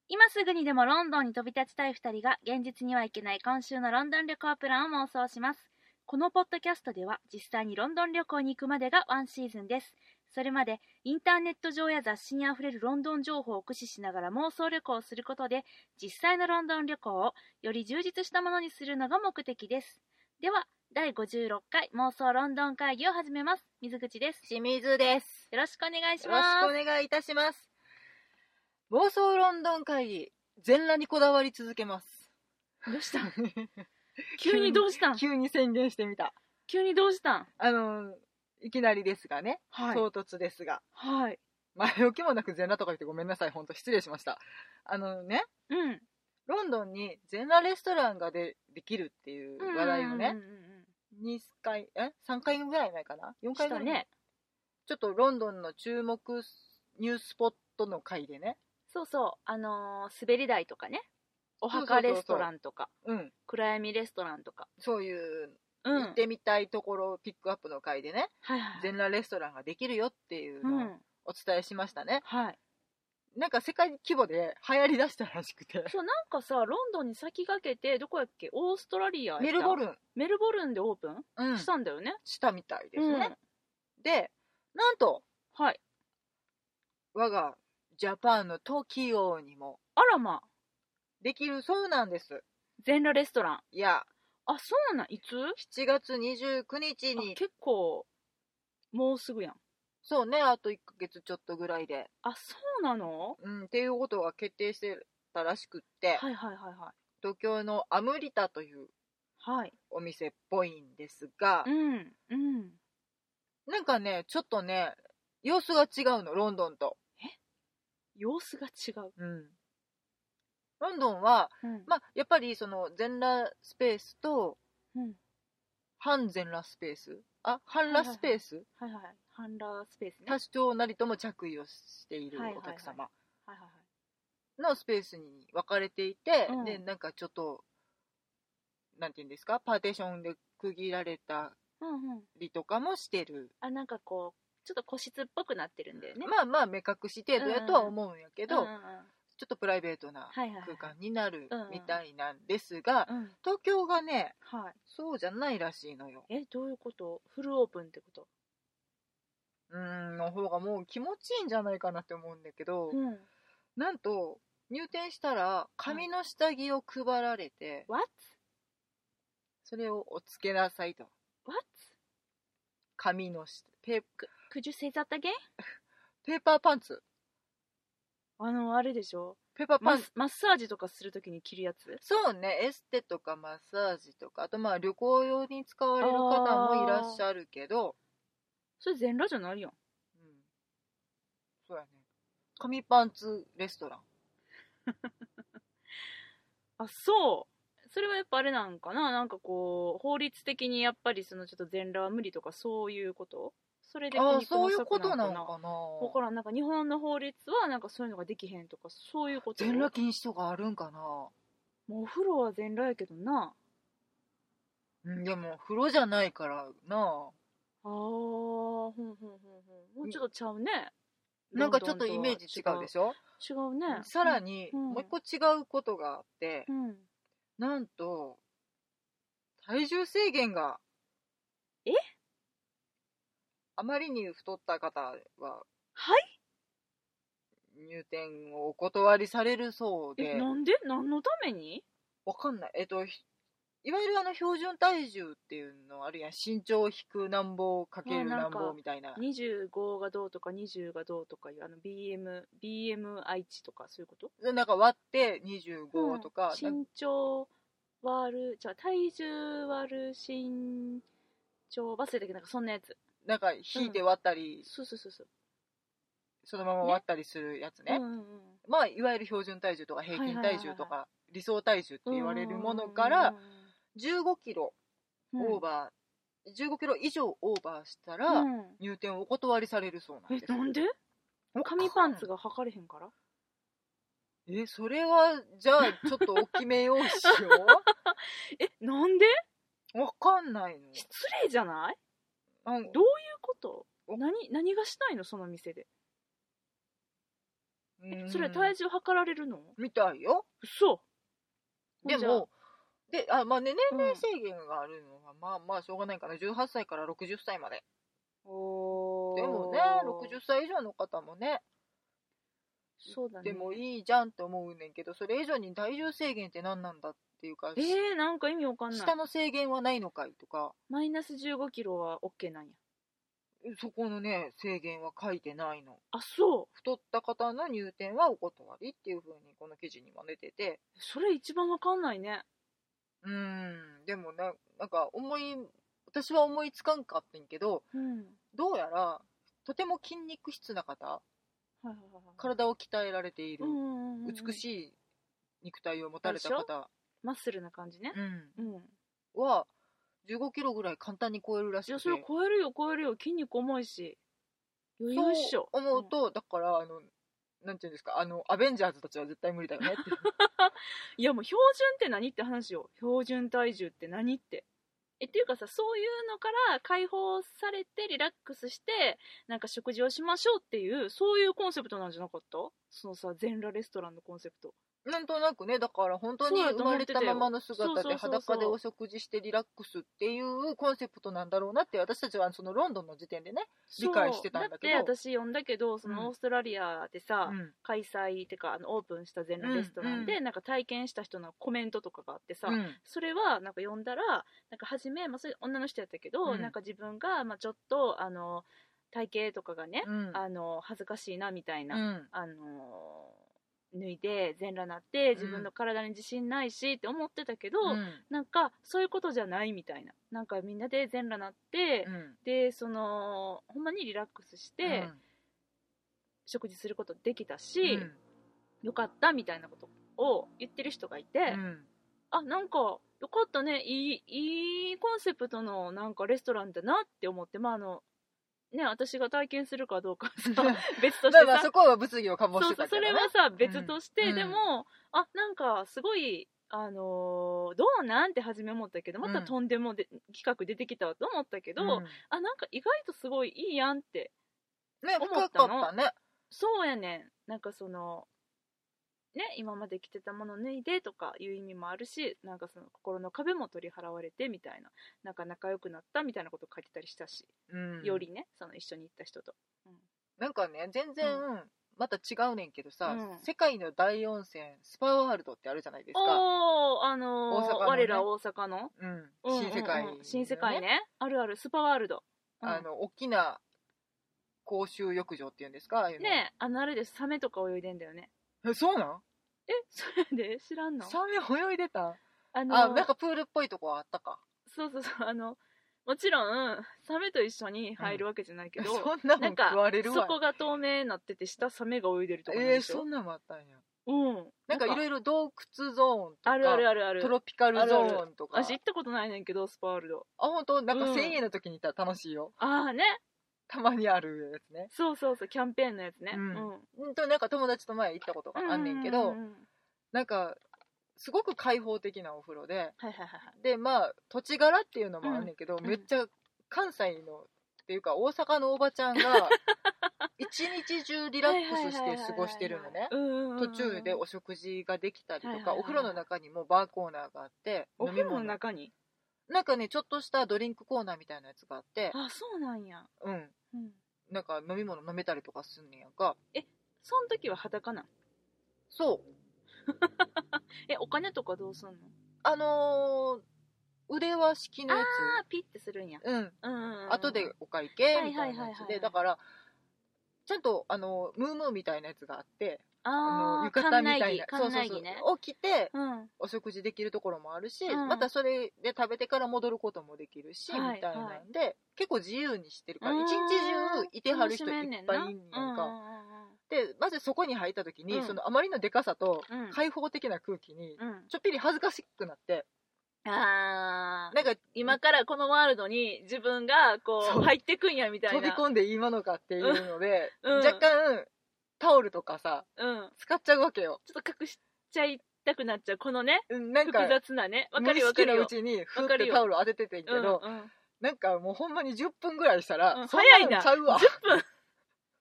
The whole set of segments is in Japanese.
今すぐにでもロンドンに飛び立ちたい2人が現実には行けない今週のロンドン旅行プランを妄想します。このポッドキャストでは実際にロンドン旅行に行くまでがワンシーズンです。それまでインターネット上や雑誌にあふれるロンドン情報を駆使しながら妄想旅行をすることで実際のロンドン旅行をより充実したものにするのが目的です。では第56回妄想ロンドン会議を始めます。水口です。 清水です。 よろしくお願いしよろます。 しくお願いいたします。妄想ロンドン会議、全裸にこだわり続けます。 どうしたん急にどうしたん急に宣言してみた。 急にどうしたんいきなりですがね、 はい、 唐突ですが、 はい、 前置きもなく全裸とか言ってごめんなさい、本当失礼しました。ロンドンに全裸レストランができるっていう話題をね、3回ぐらい前かな、4回ぐらい、ね、ちょっとロンドンの注目ニュースポットの回でね、 そうそう、滑り台とかね、お墓レストランとか、暗闇レストランとか、 そういう行ってみたいところをピックアップの回でね、全裸レストランができるよっていうのをお伝えしましたね。なんか世界規模で流行りだしたらしくて、 そう、なんかさ、ロンドンに先駆けて、どこやっけ、オーストラリアやった、 メルボルンでオープン、したんだよね。 したみたいですね。で、なんと、我がジャパンのTOKIOにもあらまできるそうなんです。 全裸レストラン。 いや、 あ、そうなん、いつ ?7 月29日に。 結構もうすぐやん。 そうね、あと1ヶ月ちょっとぐらいで。 あ、そうなの？ っていうことが決定してたらしくって、東京のアムリタというお店っぽいんですが、なんかね、ちょっとね、様子が違うの、ロンドンと。 様子が違う。 ロンドンは、やっぱりその全裸スペースと、半全裸スペース、半裸スペース、 半裸スペースね。 多少なりとも着衣をしているお客様のスペースに分かれていて、でなんかちょっとなんていうんですか、パーテーションで区切られたりとかもしてる。 なんかこうちょっと個室っぽくなってるんだよね。 まあ目隠し程度やとは思うんやけど、ちょっとプライベートな空間になるみたいなんですが、東京がね、そうじゃないらしいのよ。 どういうこと？フルオープンってこと？ の方がもう気持ちいいんじゃないかなって思うんだけど、なんと入店したら紙の下着を配られて、それをおつけなさいと。紙の下、 Could you say that again? ペーパーパンツ。 あれでしょ、 ペーパーパンツ。 マッサージとかするときに着るやつ？ そうね、エステとかマッサージとか、あと旅行用に使われる方もいらっしゃるけど、 それ全裸じゃないやん。 そうやね。紙パンツレストラン。 そう。それはやっぱあれなんかな、なんかこう法律的にやっぱりそのちょっと全裸は無理とかそういうこと？それでそういうことなのかな。 わからん。なんか日本の法律はなんかそういうのができへんとかそういうこと？ 全裸禁止とかあるんかな。 もうお風呂は全裸やけどな。 でも風呂じゃないからな。 もうちょっとちゃうね。 なんかちょっとイメージ違うでしょ。 違うね。 さらにもう一個違うことがあって、なんと体重制限があまりに太った方は入店をお断りされるそうで。 なんで？何のために？ わかんない。いわゆる標準体重っていうのあるやん。身長引くなんぼかけるなんぼみたいな。 25がどうとか20がどうとかいうBMI 値とかそういうこと？ なんか割って25とか。 身長割る体重割る身長忘れたけどなんかそんなやつ。 なんか引いて割ったり、 そうそのまま割ったりするやつね。いわゆる標準体重とか平均体重とか理想体重って言われるものから15キロオーバー、15キロ以上オーバーしたら入店をお断りされるそうなんです。 なんで？紙パンツが履かれへんから？ それはじゃあちょっと大きめ用意しよう。なんで？ わかんないの。 失礼じゃない？どういうこと？何がしたいのその店で。 それ体重測られるの？ みたいよ。 そうでもで、まあね、年齢制限があるのは、まあしょうがないかな。18歳から60歳まで。でもね、60歳以上の方もね、 そうだね、 でもいいじゃんって思うねんけど、それ以上に体重制限って何なんだっていうか、 なんか意味わかんない。 下の制限はないのかいとか。 マイナス15キロは OK なんや。 そこのね、制限は書いてないの。 あ、そう。 太った方の入店はお断りっていう風にこの記事にも出てて。 それ一番わかんないね。 でもね、なんか私は思いつかんかってんけど、どうやらとても筋肉質な方、体を鍛えられている、美しい肉体を持たれた方、 マッスルな感じね、 は15キロぐらい簡単に超えるらしくて。いや、 それ超えるよ、筋肉重いし余裕っしょ。 そう思うと、だからなんていうんですか、アベンジャーズたちは絶対無理だよねっていやもう標準って何って話よ。標準体重って何ってっていうかさ、そういうのから解放されてリラックスしてなんか食事をしましょうっていうそういうコンセプトなんじゃなかった？そのさ、全裸レストランのコンセプト。 なんとなくね、だから本当に生まれたままの姿で裸でお食事してリラックスっていうコンセプトなんだろうなって私たちはそのロンドンの時点でね理解してたんだけど。 だって私読んだけど、そのオーストラリアでさ、開催ってかオープンした全裸レストランで、なんか体験した人のコメントとかがあってさ、それはなんか読んだらなんか初め、それ女の人やったけど、なんか自分がちょっと体型とかがね、恥ずかしいなみたいな、脱いで全裸なって自分の体に自信ないしって思ってたけど、なんかそういうことじゃないみたいな、なんかみんなで全裸なって、でそのほんまにリラックスして、食事することできたし、よかったみたいなことを言ってる人がいて、あ、なんかよかったね、いいコンセプトのなんかレストランだなって思って、ね、私が体験するかどうかさ別としてさそこは物議を醸してたけどね。 それはさ別として、でもなんかすごいどうなんて初め思ったけど、またとんでも企画出てきたわと思ったけど、なんか意外とすごいいいやんって思ったの。 深かったね。 そうやねん。なんかそのね、今まで着てたもの脱いでとかいう意味もあるし、なんかその心の壁も取り払われてみたいな、なんか仲良くなったみたいなこと書いてたりしたし、よりね、その一緒に行った人と、 なんかね、全然、また違うねんけどさ、世界の大温泉スパワールドってあるじゃないですか。 大阪の、ね、我ら大阪の、 新世界、 新世界ね、あるあるスパワールド、 大きな公衆浴場っていうんですか、 ね、あれです、サメとか泳いでんだよね。 そうなん？ それで知らんの？ サメ泳いでた？なんかプールっぽいとこあったか。 そうもちろんサメと一緒に入るわけじゃないけど、 そんなもん食われるわ。 そこが透明になってて下サメが泳いでるとかなんでしょ。 そんなんもあったんや。 なんかいろいろ洞窟ゾーンとか、 あるトロピカルゾーンとか。 私行ったことないねんけどスパワールド。 本当？なんか1000円の時に行ったら楽しいよ。 ね。 たまにあるやつね。 そうキャンペーンのやつね。 なんか友達と前行ったことがあんねんけど、なんかすごく開放的なお風呂で、で土地柄っていうのもあんねんけど、めっちゃ関西のっていうか大阪のおばちゃんが一日中リラックスして過ごしてるのね。途中でお食事ができたりとか、お風呂の中にもバーコーナーがあって、 お風呂の中になんかねちょっとしたドリンクコーナーみたいなやつがあって、 そうなんや。 なんか飲み物飲めたりとかすんねやんか。 その時は裸なん？ そうお金とかどうすんの？腕輪式のやつ。 ピッてするんや。 後でお会計みたいなやつで、だからちゃんとムームーみたいなやつがあって、浴衣みたいなを着て、お食事できるところもあるし、またそれで食べてから戻ることもできるし、みたいなんで結構自由にしてるから、一日中いてはる人いっぱいいんやんか。でまずそこに入った時に、そのあまりのでかさと開放的な空気にちょっぴり恥ずかしくなって、 なんか今からこのワールドに自分がこう入ってくんやみたいな、 飛び込んでいいものかっていうので、若干タオルとかさ、使っちゃうわけよ。 ちょっと隠しちゃいたくなっちゃう、このね、 なんか複雑なね、分かる無意識のうちにふってタオル当てててんけど、なんかもうほんまに10分ぐらいしたら、 早いな、 ちゃうわ 10分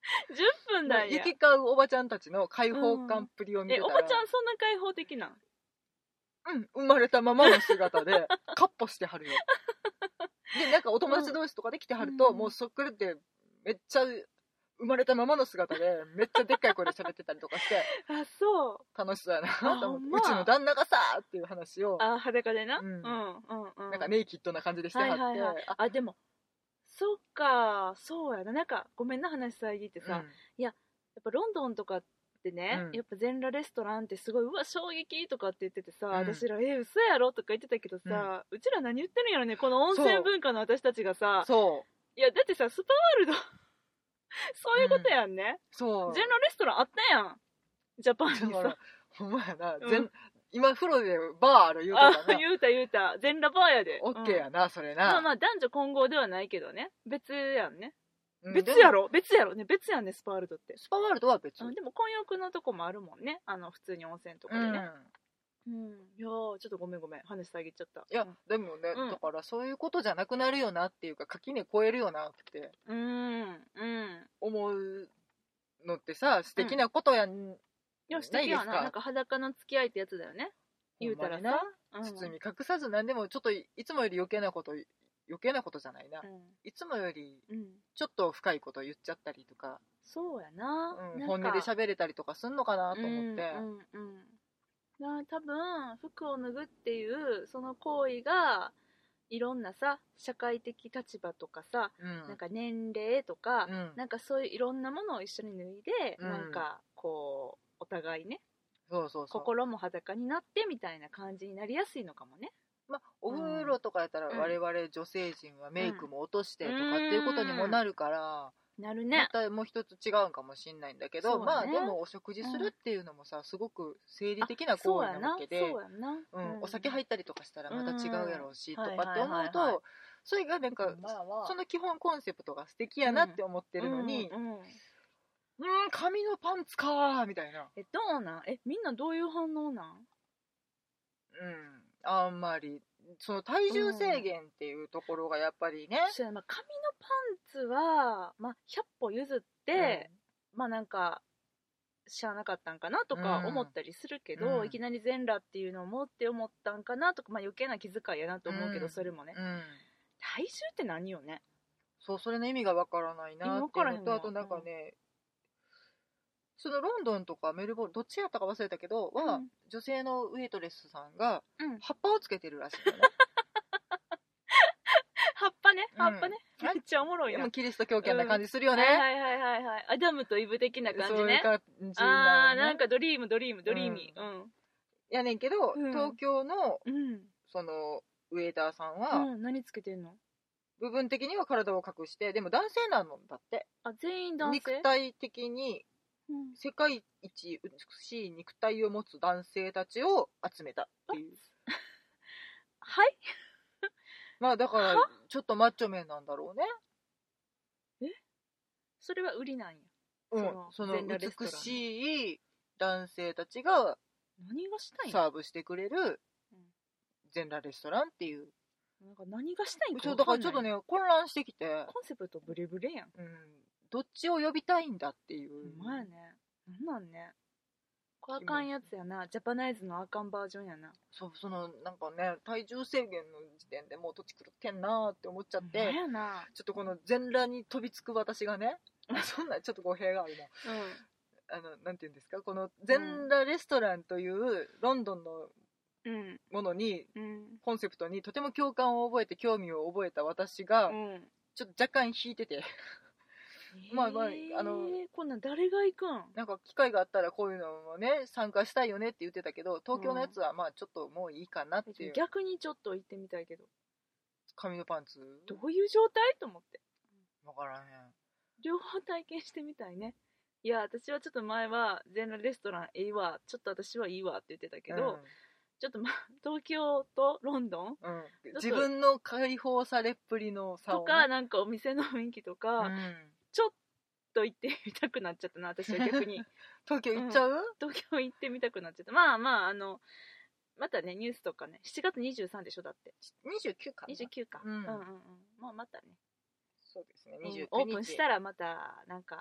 10分だよ。 行き交うおばちゃんたちの開放感っぷりを見てたら、 おばちゃんそんな開放的なん？ 生まれたままの姿でカッポしてはるよ。でなんかお友達同士とかで来てはると、もうそっくりでめっちゃ生まれたままの姿でめっちゃでっかい声で喋ってたりとかしてあ、そう楽しそうやなと思って、 うちの旦那がさーっていう話を裸でな、 なんかネイキッドな感じでしてはって、 あ、でもそっか、そうやな。なんかごめんな話遮ってさ、いややっぱロンドンとかってね、やっぱ全裸レストランってすごいうわ衝撃とかって言っててさ、私ら嘘やろとか言ってたけどさ、うちら何言ってるんやろね、この温泉文化の私たちがさ。いやだってさ、スパワールドそういうことやんね、全裸レストランあったやんジャパンにさ。 ほんまやな、今風呂でバーある言うとかな。 言うた全裸バーやで。 オッケーやな、それな。 まあ男女混合ではないけどね、別やんね。別やろね、別やんね、スパワールドって。 スパワールドは別。 でも混浴のとこもあるもんね、普通に温泉とかでね。いやちょっとごめん話遮っちゃった。 いや、でもね、だからそういうことじゃなくなるよなっていうか、垣根超えるよなって思うのってさ、素敵なことやん。 いや素敵やな。なんか裸の付き合いってやつだよね、言うたらさ。 包み隠さず、何でもちょっといつもより余計なことじゃないな、いつもよりちょっと深いこと言っちゃったりとか、 そうやな、 本音で喋れたりとかすんのかなと思って、 多分服を脱ぐっていうその行為がいろんなさ社会的立場とかさ、なんか年齢とか、なんかそういういろんなものを一緒に脱いで、なんかこうお互いね、心も裸になってみたいな感じになりやすいのかもね。 お風呂とかやったら我々女性陣はメイクも落としてとかっていうことにもなるから、 なるね、 またもう一つ違うんかもしんないんだけど、まあでもお食事するっていうのもさ、すごく生理的な行為なわけで、お酒入ったりとかしたらまた違うやろうしとかって思うと、それがなんかその基本コンセプトが素敵やなって思ってるのに、紙のパンツかーみたいな。 どうなん？みんなどういう反応なん？ あんまりその体重制限っていうところがやっぱりね、 紙のパンツは、100歩譲って、なんかしゃあなかったんかなとか思ったりするけど、いきなり全裸っていうのを思ったんかなとか、余計な気遣いやなと思うけど、それもね、体重って何よね。 それの意味がわからないなっていうのと、あとなんかね、そのロンドンとかメルボルンどっちやったか忘れたけどは、女性のウェイトレスさんが葉っぱをつけてるらしいよね。 葉っぱね、めっちゃおもろいな。 でもキリスト教圏な感じするよね。 アダムとイブ的な感じね。 そういう感じなんかドリーミー。 やねんけど、東京のそのウェイターさんは何つけてんの？ 部分的には体を隠して、でも男性なのだって。 全員男性？ 肉体的に世界一美しい肉体を持つ男性たちを集めたっていう。 はいまあだからちょっとマッチョメンなんだろうね。 それは売りなんや。 その美しい男性たちが何がしたいんサーブしてくれる全裸レストランっていう。 なんか何がしたいんかだからちょっとね混乱してきて、 コンセプトブレブレやん。 どっちを呼びたいんだっていう。 前ね、なんね。これあかんやつやな。ジャパナイズのあかんバージョンやな。 そのなんかね、体重制限の時点でもう土地狂ってんなーって思っちゃって、ちょっとこの全裸に飛びつく私がね、そんなちょっと語弊があるな。なんていうんですか、この全裸レストランというロンドンのものに、コンセプトにとても共感を覚えて興味を覚えた私が、ちょっと若干引いてて。 こんなん誰が行くん？ なんか機会があったらこういうのもね参加したいよねって言ってたけど、東京のやつはまあちょっともういいかなっていう。 逆にちょっと行ってみたいけど。 紙のパンツどういう状態と思って。 分からへん。 両方体験してみたいね。いや私はちょっと前は全裸レストランいいわ、ちょっと私はいいわって言ってたけど、ちょっと東京とロンドン、 自分の解放されっぷりの差を、 とかなんかお店の雰囲気とか、ちょっと行ってみたくなっちゃったな、私は逆に。 東京行っちゃう？ 東京行ってみたくなっちゃった。またねニュースとかね、7月23でしょ、だって 29かな。 29か。またね、 そうですね、29日オープンしたらまたなんか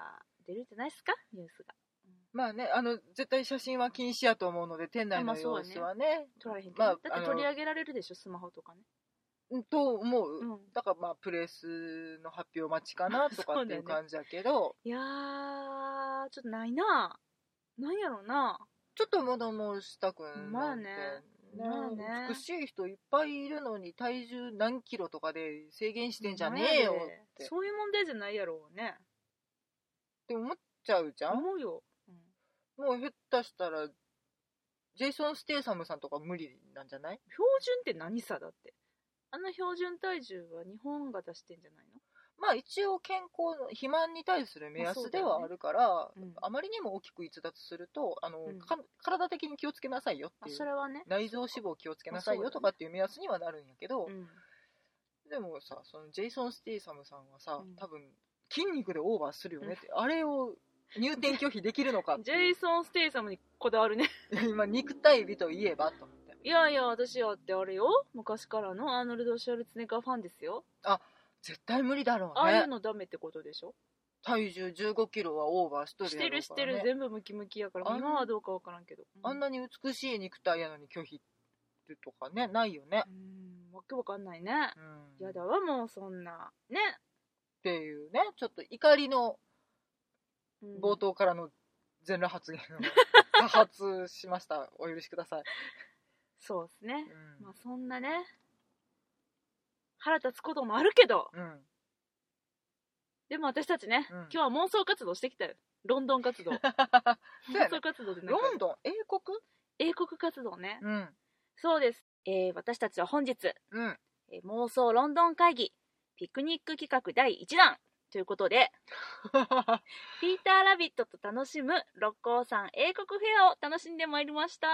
出るんじゃないですか、ニュースが。 まあね、絶対写真は禁止やと思うので、店内の様子はね、 撮られへんけど、だって取り上げられるでしょ、スマホとかね。 と思う、だからまあプレスの発表待ちかなとかっていう感じだけど、 いやー、ちょっとないな。なんやろうな。 ちょっと物申したくなんてね、 美しい人いっぱいいるのに体重何キロとかで制限してんじゃねえよって、 そういう問題じゃないやろうねって思っちゃうじゃん。 思うよ、 もう下手したらジェイソン・ステイサムさんとか無理なんじゃない？ 標準って何さだって。標準体重は日本が出してんじゃないの？ まあ一応健康の肥満に対する目安ではあるから、あまりにも大きく逸脱すると体的に気をつけなさいよっていう、 それはね、 内臓脂肪気をつけなさいよとかっていう目安にはなるんやけど、でもさ、そのジェイソン・ステイサムさんはさ、多分筋肉でオーバーするよねって、あれを入店拒否できるのかってジェイソン・ステイサムにこだわるね今肉体美といえばと思って。 いやいや、私はってあれよ、昔からのアーノルド・シュワルツェネッガーファンですよ。 絶対無理だろうね。 ああいうのダメってことでしょ。 体重15キロはオーバーしとるやろうからね。 してる全部ムキムキやから、今はどうかわからんけど、 あんなに美しい肉体やのに拒否とかね、ないよね。 わけわかんないね。やだわ、もうそんなねっていうね、ちょっと怒りの冒頭からの全裸発言を多発しました。お許しください。 そうですね、まあそんなね腹立つこともあるけど、でも私たちね、今日は妄想活動してきたよ。ロンドン活動妄想活動でロンドン英国活動ね、そうです、私たちは本日、妄想ロンドン会議ピクニック企画第1弾ということでピーターラビットと楽しむ六甲山英国フェアを楽しんでまいりました。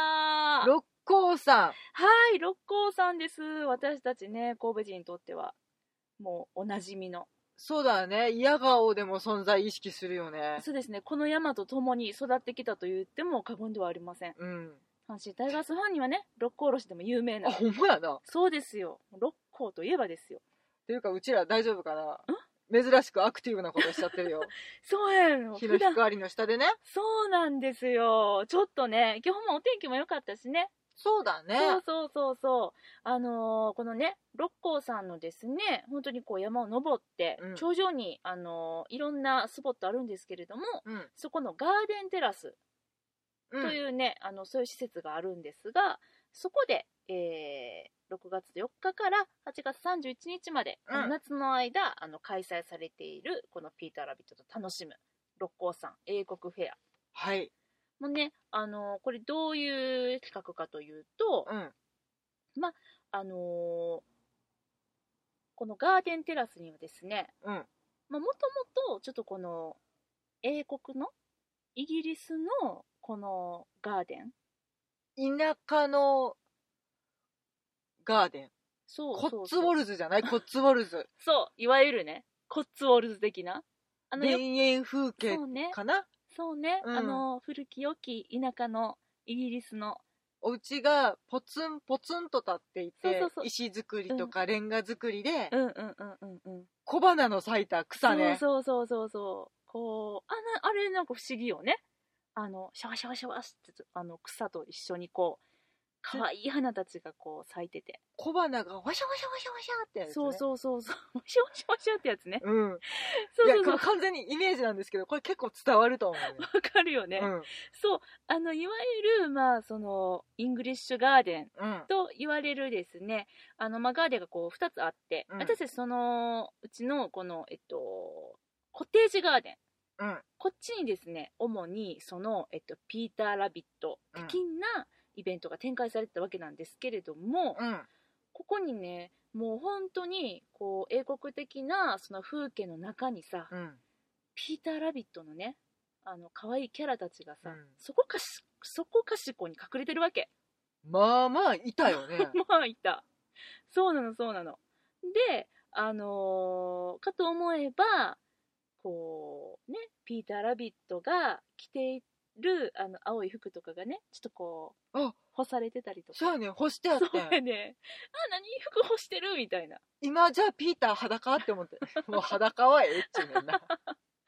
六甲山、 はい、六甲山です。私たちね、神戸人にとってはもうおなじみの。 そうだね、嫌顔でも存在意識するよね。 そうですね、この山と共に育ってきたと言っても過言ではありません。阪神タイガースファンにはね、六甲おろしでも有名な。 ほんまやな。 そうですよ、六甲といえばですよ。 っていうか、うちら大丈夫かな、珍しくアクティブなことしちゃってるよそうやの、 日の光の下でね。 そうなんですよ。ちょっとね、今日もお天気も良かったしね。 そうだね。 そうこのね、六甲山のですね、本当にこう山を登って、頂上にいろんなスポットあるんですけれども、そこのガーデンテラスというね、そういう施設があるんですが、そこで、6月4日から8月31日まで、夏の間開催されているこのピーターラビットと楽しむ六甲山英国フェア、 はいもうね、これどういう企画かというと、このガーデンテラスにはですね、もともとちょっとこの英国のイギリスのこのガーデン、 田舎のガーデン、 そうコッツウォルズじゃない？コッツウォルズ。 そう、いわゆるね、コッツウォルズ的な田園風景かな。 そうね、古き良き田舎のイギリスのお家がポツンポツンと立っていて、石造りとかレンガ造りで、小花の咲いた草ね。 そうこうあれなんか不思議よね。シャワシャワシャワって草と一緒にこう可愛い花たちがこう咲いてて、 小花がワシャワシャワシャワシャってやつ、ね、 そうワシャワシャワシャってやつね。 いや完全にイメージなんですけど、これ結構伝わると思う、ね、 わかるよね、そういわゆるそのイングリッシュガーデンと言われるですね、ガーデンがこう2つあって、私たちそのうちのこのコテージガーデン、こっちにですね主にそのピーターラビット的なイベントが展開されてたわけなんですけれども、ここにねもう本当にこう英国的なその風景の中にさ、ピーターラビットのね可愛いキャラたちがさ、そこかしこに隠れてるわけ。 まあまあいたよねまあいた。そうなのでかと思えばこうね、ピーターラビットが着ている青い服とかがね、ちょっとこう干されてたりとか。 そうやね、干してあって。 そうやね、何服干してるみたいな。 今じゃあピーター裸って思ってもう裸はええっちゅうねんな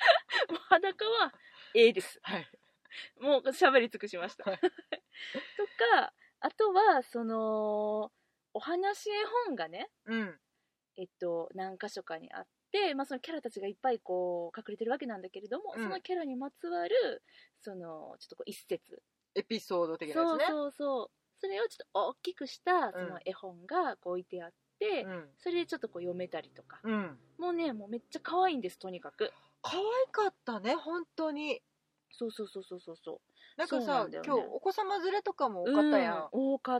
もう裸はです、 はい、 もう喋り尽くしました、 はい、 とか、あとはそのお話絵本がね、 うん、 何箇所かにあって、そのキャラたちがいっぱいこう隠れてるわけなんだけれども、そのキャラにまつわるそのちょっとこう一節エピソード的なやつそうね。 そうそう、それをちょっと大きくしたその絵本がこう置いてあって、それでちょっとこう読めたりとか、もうね、もうめっちゃ可愛いんです、とにかく可愛かったね、本当に。 そうそうそうそうそうそう、 なんかさ、 ね、 今日お子様連れとかも多かったやん、 多かった。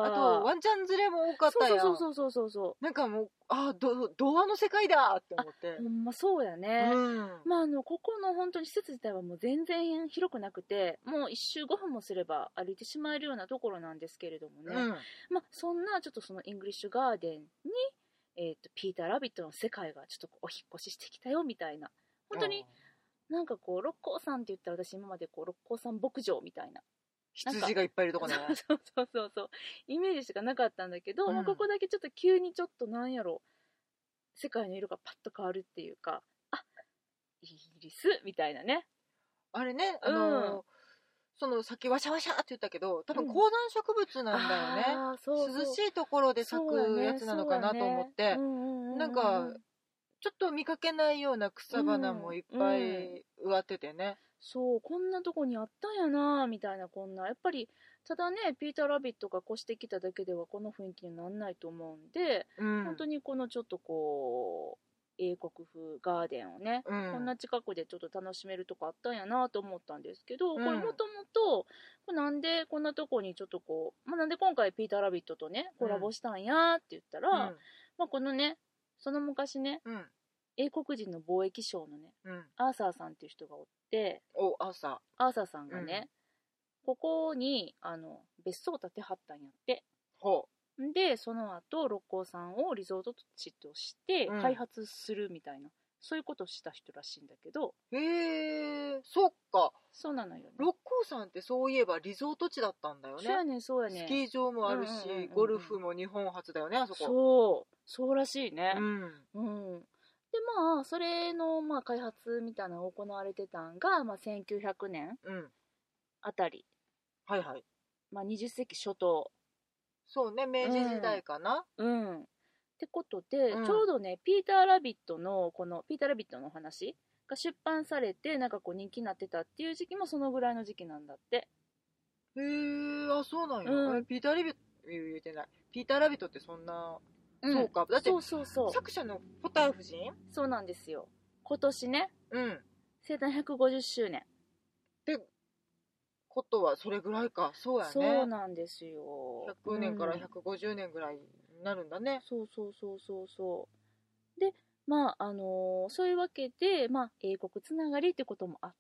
あとワンちゃん連れも多かったやん。 そうそうそうそう、 なんかもう童話の世界だって思って。 ほんまそうやね、ここの本当に施設自体はもう全然広くなくて、もう1周5分もすれば歩いてしまえるようなところなんですけれどもね、そんなちょっとそのイングリッシュガーデンに、ピーター・ラビットの世界がちょっとお引っ越ししてきたよみたいな、本当になんかこう六甲山って言ったら私今までこう六甲山牧場みたいな羊がいっぱいいるとこね。 そうイメージしかなかったんだけど、ここだけちょっと急にちょっとなんやろ、世界の色がパッと変わるっていうか、イギリスみたいなね。 あれね、そのさっきワシャワシャって言ったけど、多分高山植物なんだよね、涼しいところで咲くやつなのかなと思って、なんかちょっと見かけないような草花もいっぱい植わっててね、 そう、こんなとこにあったんやなみたいな、こんなやっぱりただね、ピーター・ラビットが越してきただけではこの雰囲気にならないと思うんで、本当にこのちょっとこう英国風ガーデンをね、こんな近くでちょっと楽しめるとこあったんやなと思ったんですけど、これもともとなんでこんなとこにちょっとこう、なんで今回ピーター・ラビットとねコラボしたんやって言ったら、このね、その昔ね、英国人の貿易商のね、アーサーさんっていう人がおって、 アーサーさんがね、ここに別荘を建てはったんやって。でその後六甲山をリゾート地として開発するみたいな、そういうことをした人らしいんだけど。 へえ、そっか。 そうなのよね。 六甲山ってそういえばリゾート地だったんだよね。 そうやね。 スキー場もあるし、ゴルフも日本初だよね、あそこ。そうらしいね。でそれの開発みたいなのが行われてたんが、1900年あたり、20世紀初頭。 そうね、明治時代かな。 ってことで、ちょうどね、ピーター・ラビットのこのピーター・ラビットのお話が出版されて、なんかこう人気になってたっていう時期もそのぐらいの時期なんだって。 へえ、そうなんや。ピーター・ラビット言えてない。ピーター・ラビットってそんな、そうか。だって作者のポター夫人、 そうなんですよ。今年ね、生誕150周年ってことはそれぐらいか。そうやね。 そうなんですよ。 100年から150年ぐらいになるんだね。 そうで、そういうわけで、英国つながりってこともあって、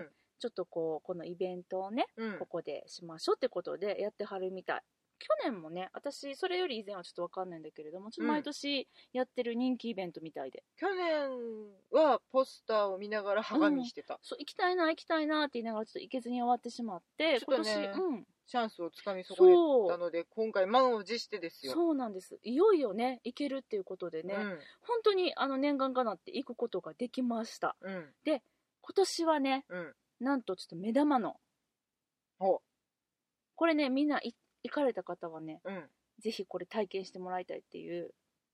ちょっとこのイベントをね、ここでしましょうってことでやってはるみたい。去年もね、私それより以前はちょっと分かんないんだけれども、ちょっと毎年やってる人気イベントみたいで、 去年はポスターを見ながらはがみしてた、 そう行きたいなって言いながらちょっと行けずに終わってしまって、 今年、チャンスをつかみ損ねたので、今回満を持してですよ。 そうなんです。いよいよね行けるっていうことでね、本当に念願かなって行くことができました、で今年はね、なんとちょっと目玉の、これね、みんな行かれた方はね、ぜひこれ体験してもらいたいっていう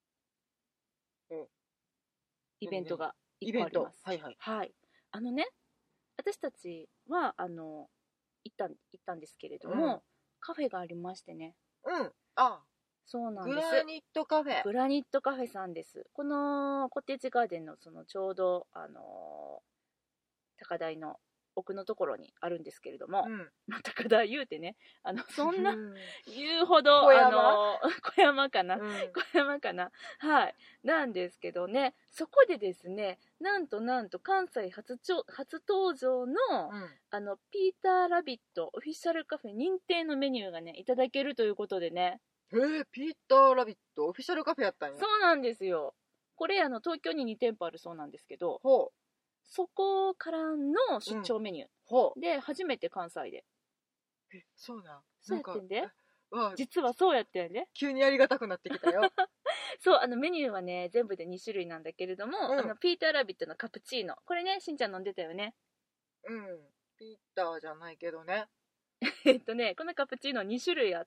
イベントが1個あります。私たちは行ったんですけれども、カフェがありましてね。そうなんです。 グラニットカフェ。 グラニットカフェさんです。このコテージガーデンのそのちょうど高台の奥のところにあるんですけれども、高台言うてね、そんな言うほど小山かな、なんですけどね、そこでですね、なんと関西初登場の、ピーター・ラビットオフィシャルカフェ認定のメニューがねいただけるということでね。 ピーター・ラビットオフィシャルカフェやったんや。 そうなんですよ。これ東京に2店舗あるそうなんですけど、そこからの出張メニュー、で初めて関西で。 そうなん。 そうやってんで。実はそうやってんで。 急にありがたくなってきたよ。 そうメニューはね全部で2種類なんだけれども、ピーターラビットのカプチーノ、これねしんちゃん飲んでたよね。 ピーターじゃないけどねこのカプチーノ2種類あって、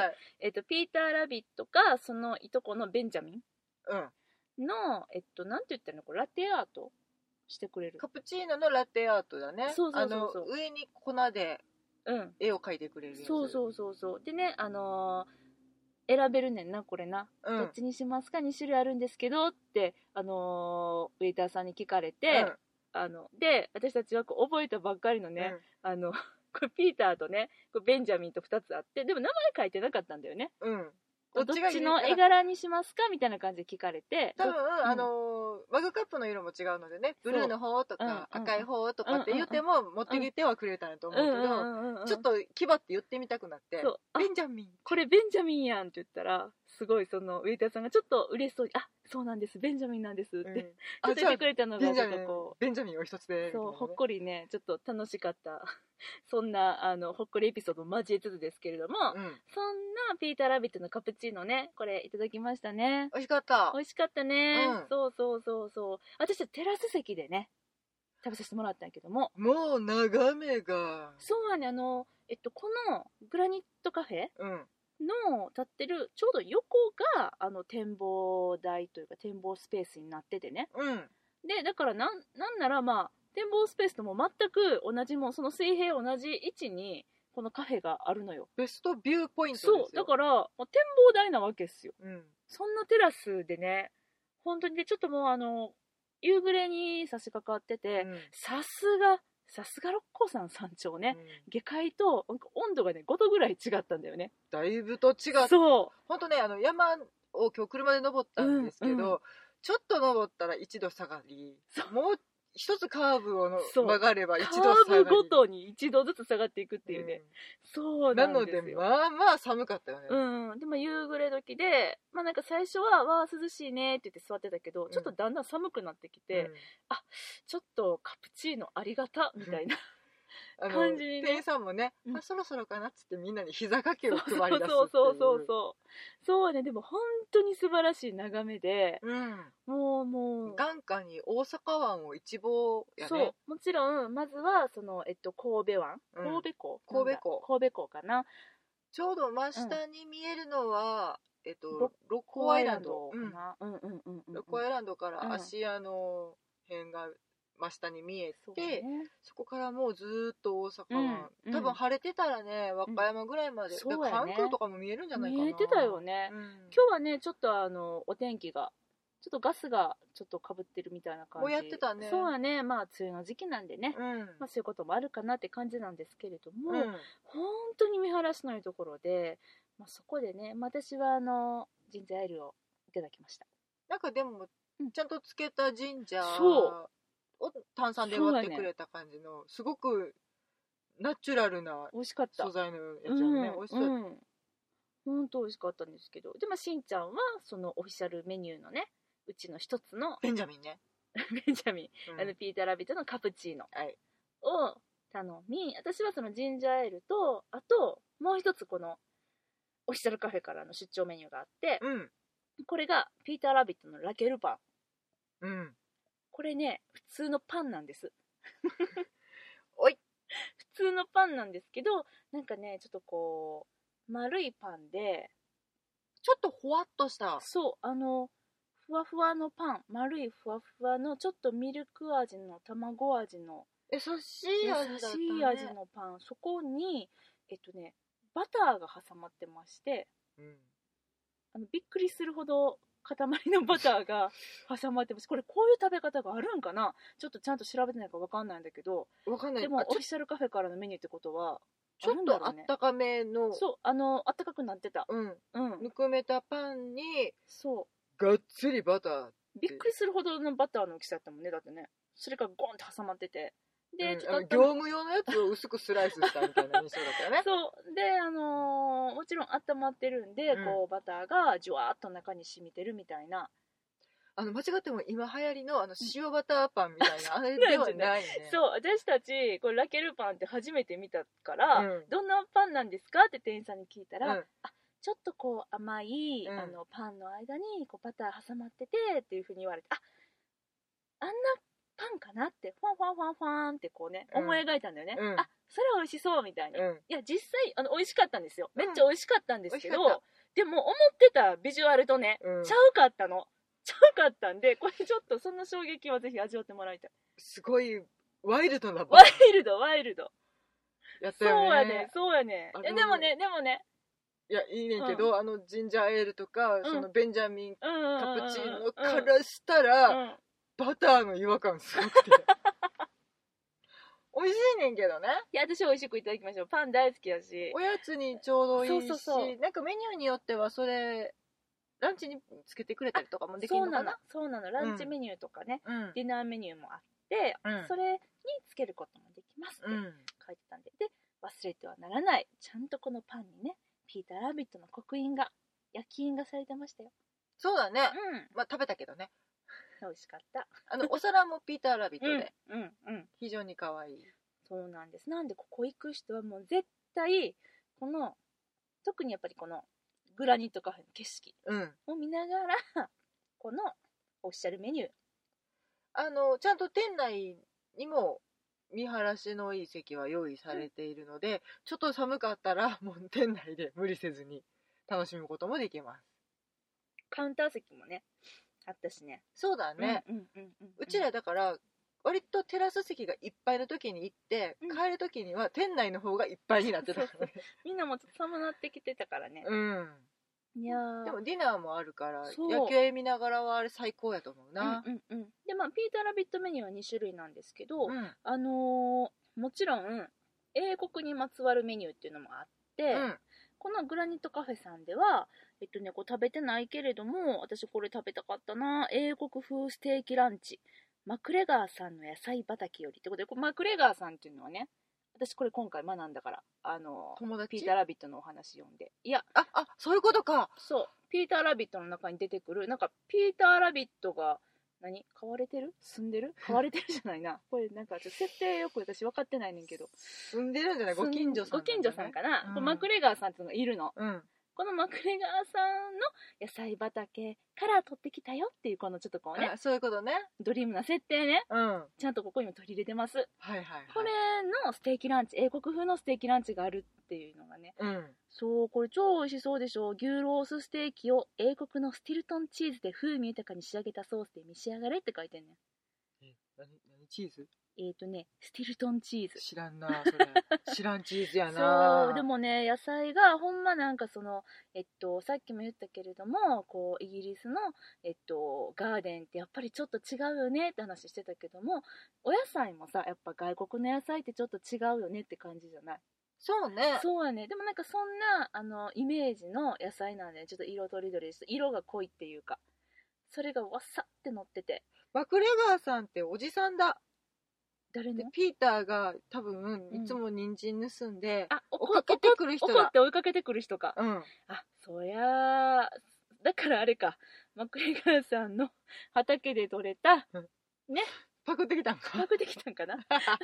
ピーターラビットかそのいとこのベンジャミンの、なんて言ったの、これラテアートしてくれるカプチーノのラテアートだね。 そう上に粉で絵を描いてくれるやつ。 そうでね、選べるねんなこれな、どっちにしますか、2種類あるんですけどって、ウェイターさんに聞かれて、で私たちはこう覚えたばっかりのね、これピーターとねこれベンジャミンと2つあって、でも名前書いてなかったんだよね。どっちの絵柄にしますかみたいな感じで聞かれて、 多分マグカップの色も違うのでね、ブルーの方とか赤い方とかって言っても持ってきてはくれたんやと思うけど、ちょっと気張って言ってみたくなって、ベンジャミン、 これベンジャミンやんって言ったら、すごいそのウェイターさんがちょっと嬉しそうに、そうなんですベンジャミンなんですって、ちょっと言ってくれたのがちょっとこうベンジャミンを一つで、 そうほっこりね、ちょっと楽しかったそんなほっこりエピソードを交えつつですけれども、そんなピーターラビットのカプチーノね、これいただきましたね。 美味しかったね、そう私はテラス席でね食べさせてもらったんやけども、 もう眺めが、 そうはね、このグラニットカフェの立ってるちょうど横が展望台というか展望スペースになっててね、でだからなんならまあ展望スペースとも全く同じ、もうその水平同じ位置にこのカフェがあるのよ。 ベストビューポイントですよ。 そうだから、展望台なわけですよ、そんなテラスでね、本当にね、ちょっともう夕暮れに差し掛かってて、さすが六甲山山頂ね、下界と温度がね5度ぐらい違ったんだよね。 だいぶと違う。そう本当ね、山を今日車で登ったんですけど、ちょっと登ったら1度下がり、もう一つカーブを曲がれば1度下がり、 カーブごとに1度ずつ下がっていくっていうね、そうなんですよ。 なのでまあまあ寒かったよね。 でも夕暮れ時で、まあなんか最初はわー涼しいねって言って座ってたけど、ちょっとだんだん寒くなってきて、ちょっとカプチーノありがたみたいな感じにね、 店員さんもね、そろそろかなっつってみんなに膝掛けを配り出すっていう。 そうね、でも本当に素晴らしい眺めで、もう眼下に大阪湾を一望やね。 そう、もちろんまずはその神戸湾、神戸港かな。 ちょうど真下に見えるのは六甲アイランドかな。六甲アイランドから芦屋の辺が真下に見えて、そこからもうずっと大阪湾、多分晴れてたらね和歌山ぐらいまで、関空とかも見えるんじゃないかな。 見えてたよね。今日はねちょっとお天気がちょっとガスがちょっとかぶってるみたいな感じ。 もうやってたね。 そうやね、まあ梅雨の時期なんでね、まあそういうこともあるかなって感じなんですけれども、本当に見晴らしのいいところで、まあ、そこでね、私はジンジャーエールをいただきました。 なんかでもちゃんとつけたジンジャーを炭酸で割ってくれた感じの、すごくナチュラルな素材のやつよね。美味しそう。 本当美味しかったんですけど、でもしんちゃんはそのオフィシャルメニューのね、うちの一つのベンジャミンねベンジャミン、ピーターラビットのカプチーノを頼み、私はそのジンジャーエールと、あともう一つこのオフィシャルカフェからの出張メニューがあって、これがピーターラビットのラケルパン。これね普通のパンなんですおい普通のパンなんですけど、なんかねちょっとこう丸いパンでちょっとほわっとした、 そうふわふわのパン、丸いふわふわのちょっとミルク味の卵味の優しい味だったね。 優しい味のパン、そこにバターが挟まってまして、びっくりするほど塊のバターが挟まってます。これこういう食べ方があるんかな、ちょっとちゃんと調べてないか分かんないんだけど、 分かんない。 でもオフィシャルカフェからのメニューってことはちょっとあったかめの、 そうあったかくなってた、 ぬくめたパンにそうがっつりバター、 びっくりするほどのバターの大きさだったもんね。だってね、それからゴンって挟まってて、で、 ちょっと業務用のやつを薄くスライスしたみたいな印象だったよねそうでもちろん温まってるんで、こうバターがジュワーっと中に染みてるみたいな、 間違っても今流行りの塩バターパンみたいなあれではないねそう、私たちこれラケルパンって初めて見たから、どんなパンなんですかって店員さんに聞いたら、 ちょっとこう甘い、パンの間にこうバター挟まっててっていう風に言われて、あんなパンかなってファンファンファンファンってこうね、思い描いたんだよね、それは美味しそうみたいに、いや実際美味しかったんですよ、めっちゃ美味しかったんですけど、でも思ってたビジュアルとね、ちゃうかったんで、これちょっとその衝撃はぜひ味わってもらいたい。 すごいワイルドなワイルドやったよね。 そうやね。でもねいやいいねんけど、ジンジャーエールとか、そのベンジャミンカプチーノからしたら、バターの違和感すごくて美味しいねんけどね。 いや私美味しくいただきましょう。パン大好きやし、 おやつにちょうどいいし、なんかメニューによってはそれランチにつけてくれたりとかもできるのかな。 そうなのランチメニューとかね、ディナーメニューもあって、それにつけることもできますって書いてたんで、で忘れてはならない、ちゃんとこのパンにねピーターラビットの刻印が、焼き印がされてましたよ。 そうだね、まあ食べたけどね、 美味しかった。 お皿もピーターラビットで非常に可愛い。 そうなんです。なんでここ行く人はもう絶対この、特にやっぱりこのグラニットカフェの景色を見ながら、このオフィシャルメニュー、 ちゃんと店内にも見晴らしのいい席は用意されているので、ちょっと寒かったらもう店内で無理せずに楽しむこともできます。 カウンター席もねあったしね。 そうだね、うちらだから割とテラス席がいっぱいの時に行って、帰る時には店内の方がいっぱいになってた、 みんなもちょっと寒なってきてたからね。いやでもディナーもあるから夜景見ながらはあれ最高やと思うな。 でまあピーターラビットメニューは2種類なんですけど、もちろん英国にまつわるメニューっていうのもあって、このグラニットカフェさんではこう食べてないけれども私これ食べたかったな、英国風ステーキランチマクレガーさんの野菜畑よりってことで、マクレガーさんっていうのはね、私これ今回学んだから、 友達ピーターラビットのお話読んで、いやそういうことか。 そうピーターラビットの中に出てくるなんかピーターラビットが飼われてる住んでる飼われてるじゃないなこれなんかちょっと設定よく私分かってないねんけど、 住んでるんじゃない、ご近所さん、 ご近所さんかな、マクレガーさんっていうのがいるの、このマクレガーさんの野菜畑から取ってきたよっていうこのちょっとこうね、 そういうことね、 ドリームな設定ね、ちゃんとここにも取り入れてます。これのステーキランチ、英国風のステーキランチがあるっていうのがね、そうこれ超美味しそうでしょ。牛ロースステーキを英国のスティルトンチーズで風味豊かに仕上げたソースで召し上がれって書いてんねん。 何チーズ？ スティルトンチーズ。 知らんな、それ。知らんチーズやな。 そう、でもね、野菜がほんまなんかその、さっきも言ったけれども、こう、イギリスの、ガーデンってやっぱりちょっと違うよねって話してたけども、お野菜もさ、やっぱ外国の野菜ってちょっと違うよねって感じじゃない？ そうね。 そうやね。でもなんかそんな、イメージの野菜なんで、ちょっと色とりどりして、色が濃いっていうか、それがわっさって乗ってて。 マクレガーさんっておじさんだ。 誰の？ ピーターが多分いつも人参盗んで、 追っかけてくる人だ。 怒って追いかけてくる人か。そりゃだからあれか、マクレガーさんの畑で採れた、ね。 パクってきたんか。 パクってきたんかな。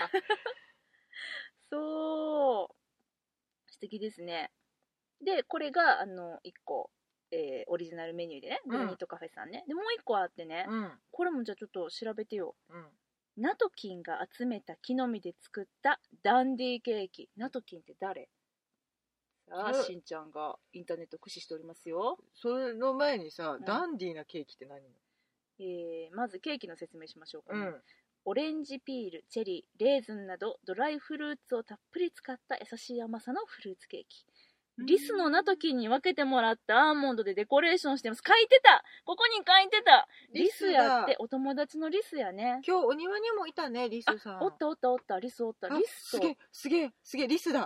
そう。素敵ですね。で、これが1個、オリジナルメニューでね、グラニットカフェさんね。で、もう1個あってね、これもじゃあちょっと調べてよ。ナトキンが集めた木の実で作ったダンディーケーキ。ナトキンって誰？さあ、しんちゃんがインターネット駆使しておりますよ。 それの前にさ、ダンディーなケーキって何？ まずケーキの説明しましょうかね。オレンジピール、チェリー、レーズンなどドライフルーツをたっぷり使った優しい甘さのフルーツケーキ。リスのナトキンに分けてもらったアーモンドでデコレーションしてます。書いてた、ここに書いてた。リスやって、お友達のリスやね。 今日お庭にもいたね、リスさん。 おった、リスおった。リスとすげえ、リスだ。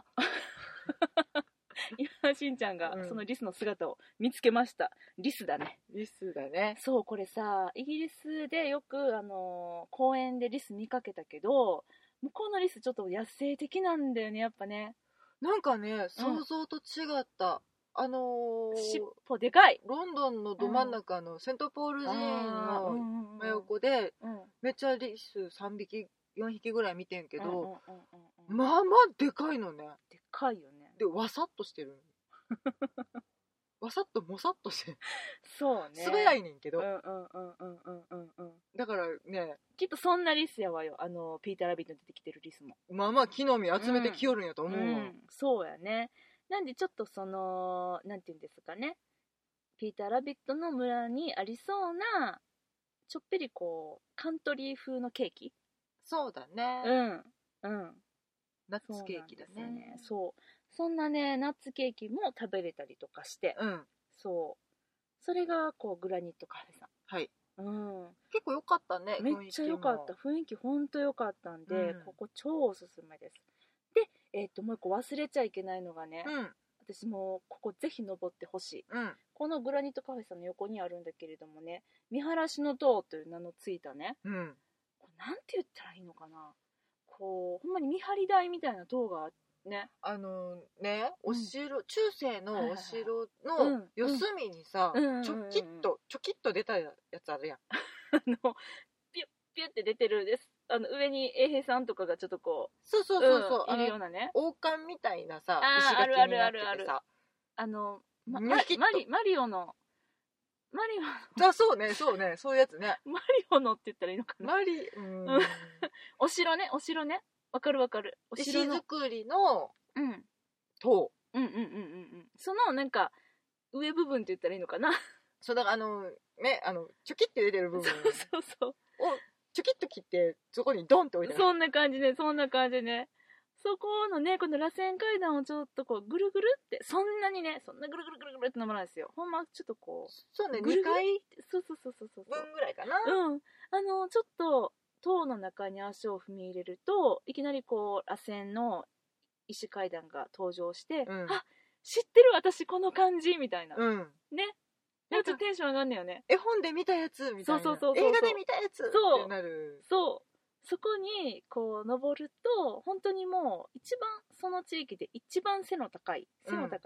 今しんちゃんがそのリスの姿を見つけました。リスだね。 リスだね。 そう、これさ、イギリスでよく公園でリス見かけたけど、向こうのリスちょっと野生的なんだよね、やっぱね。 なんかね、想像と違った。 尻尾でかい。 ロンドンのど真ん中のセントポール寺院の真横で、めっちゃリス3匹4匹ぐらい見てんけど、まあまあでかいのね。 でかいよね。 でわさっとしてる。 わさっともさっとしてそうね。 素早いねんけど、 だからね、 きっとそんなリスやわよ、ピーターラビットに出てきてるリスも。 まあまあ木の実集めてきよるんやと思うわ。 そうやね。なんでちょっとそのなんていうんですかね、ピーターラビットの村にありそうなちょっぴりこうカントリー風のケーキ。 そうだね。 ナッツケーキだね。 そんなねナッツケーキも食べれたりとかして、それがこうグラニットカフェさん。 はい。結構良かったね。 めっちゃ良かった。雰囲気ほんと良かったんで、ここ超おすすめです。で、もう一個忘れちゃいけないのがね、私もここぜひ登ってほしい。このグラニットカフェさんの横にあるんだけれどもね、見晴らしの塔という名のついたね、これなんて言ったらいいのかな、こうほんまに見張り台みたいな塔がね、 お城、中世のお城の四隅にさ、ちょきっと出たやつあるやん。 ピュッピュッって出てるです。上に衛兵さんとかがちょっとこう、 そういるようなね、 王冠みたいなさ、石垣になっててさ、 マリオのそうね、そういうやつね。 マリオのって言ったらいいのかな。お城ね、わかる。 石造りの塔。 そのなんか上部分って言ったらいいのかな。 そうだからちょきって出てる部分をちょきっと切ってそこにドンって置いてある。 そんな感じね。そこのね、この螺旋階段をちょっとこうぐるぐるって、そんなぐるぐるって登らないですよ。ほんまちょっとこう、 そうね、2回そう分ぐらいかな。 ちょっと塔の中に足を踏み入れると、いきなりこう螺旋の石階段が登場して、あ、知ってる私この感じみたいな、ね。ちょっとテンション上がんねよね。 絵本で見たやつみたいな。映画で見たやつってなる。 そこにこう登ると本当にもう一番その地域で一番背の高い、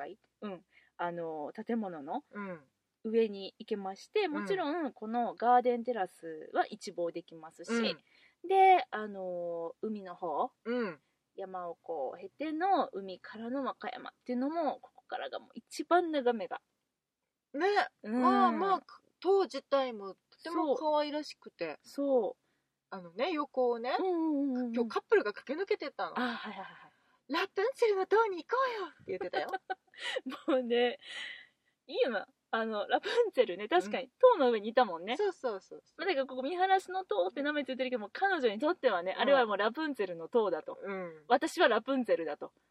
建物の上に行けまして、もちろんこのガーデンテラスは一望できますし、で海の方、山をこう経ての海からの和歌山っていうのも、ここからがもう一番眺めがね、まあ塔自体もとても可愛らしくて、横をね、今日カップルが駆け抜けてたの。ラプンツェルの塔に行こうよって言ってたよ。 もうね、いいよな。ラプンツェルね、確かに塔の上にいたもんね。だからここ見晴らしの塔って名前ついてるけども、彼女にとってはね、あれはもうラプンツェルの塔だと、私はラプンツェルだと、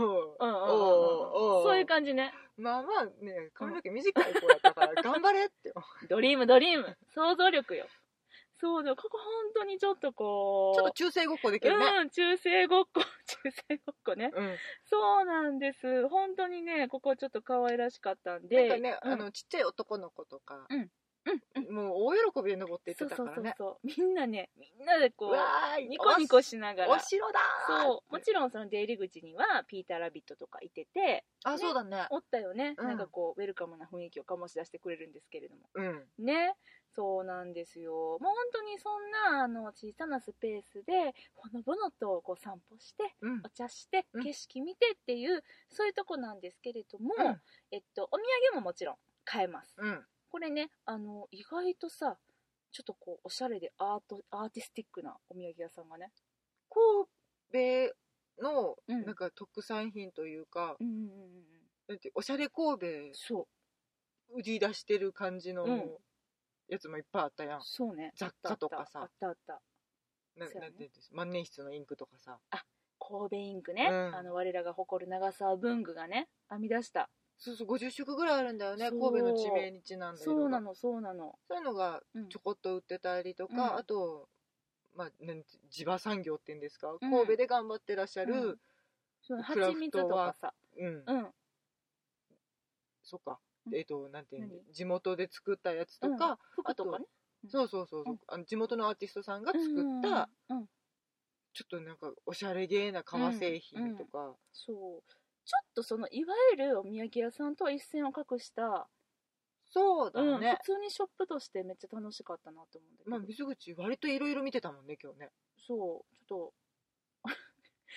そういう感じね。 まあね、髪の毛短い子だったから頑張れって。 ドリーム想像力よ。そうだ、ここ本当にちょっとこう、 ちょっと中世ごっこできるね。 中世ごっこね。そうなんです。本当にね、ここちょっと可愛らしかったんで。 なんかね、ちっちゃい男の子とか、もう大喜びで登っていってたからね。 みんなでこう、ニコニコしながら。 お城だー。もちろんその出入り口にはピーターラビットとかいてて、 そうだね。 おったよね。なんかこう、ウェルカムな雰囲気を醸し出してくれるんですけれども。ね。そうなんですよ。もう本当にそんな小さなスペースでほのぼのとこう散歩して、お茶して、景色見てっていう、そういうとこなんですけれども、お土産ももちろん買えます。これね、意外とさ、ちょっとこうおしゃれでアーティスティックなお土産屋さんがね、 神戸のなんか特産品というか、おしゃれ神戸売り出してる感じのやつもいっぱいあったやん。 そうね。 雑貨とかさ。 あった。 なんていうんです、万年筆のインクとかさ。 神戸インクね。我らが誇る長澤文具がね、編み出した。 50色ぐらいあるんだよね。神戸の地名にちなんだけど。 そうなの。 そういうのがちょこっと売ってたりとか、あと、地場産業っていうんですか、神戸で頑張ってらっしゃるクラフトワーク。そうか。なんていうの、地元で作ったやつとか、 服とかね。 地元のアーティストさんが作ったちょっとなんかおしゃれげな革製品とか、 ちょっとそのいわゆるお土産屋さんとは一線を画したそうだね、 普通にショップとしてめっちゃ楽しかったなと思うんだけど、 水口割といろいろ見てたもんね今日ね。 ちょっと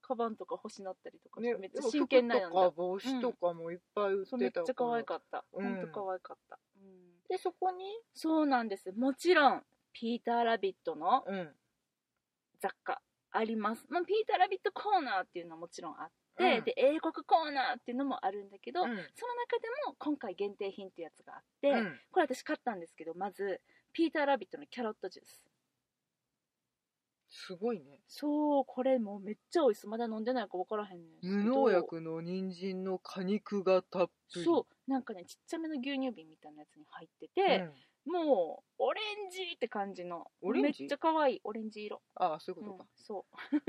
カバンとか欲しなったりとかしね、 て、めっちゃ真剣なんやんだ。 服とか帽子とかもいっぱい売ってたから、 めっちゃ可愛かった。 うんほんと可愛かった。 で、そこにそうなんです。もちろん、ピーターラビットの雑貨あります。まあ、ピーターラビットコーナーっていうのはもちろんあって、で、英国コーナーっていうのもあるんだけど、その中でも今回限定品ってやつがあって、これ私買ったんですけど、まず、ピーターラビットのキャロットジュース。 すごいね。 そう、これもうめっちゃ美味しそう。まだ飲んでないか分からへんねんけど。 無農薬の人参の果肉がたっぷり。 そう、なんかね、ちっちゃめの牛乳瓶みたいなやつに入ってて、もう、オレンジって感じの。めっちゃ可愛い、オレンジ色。 ああ、そういうことか。 そう。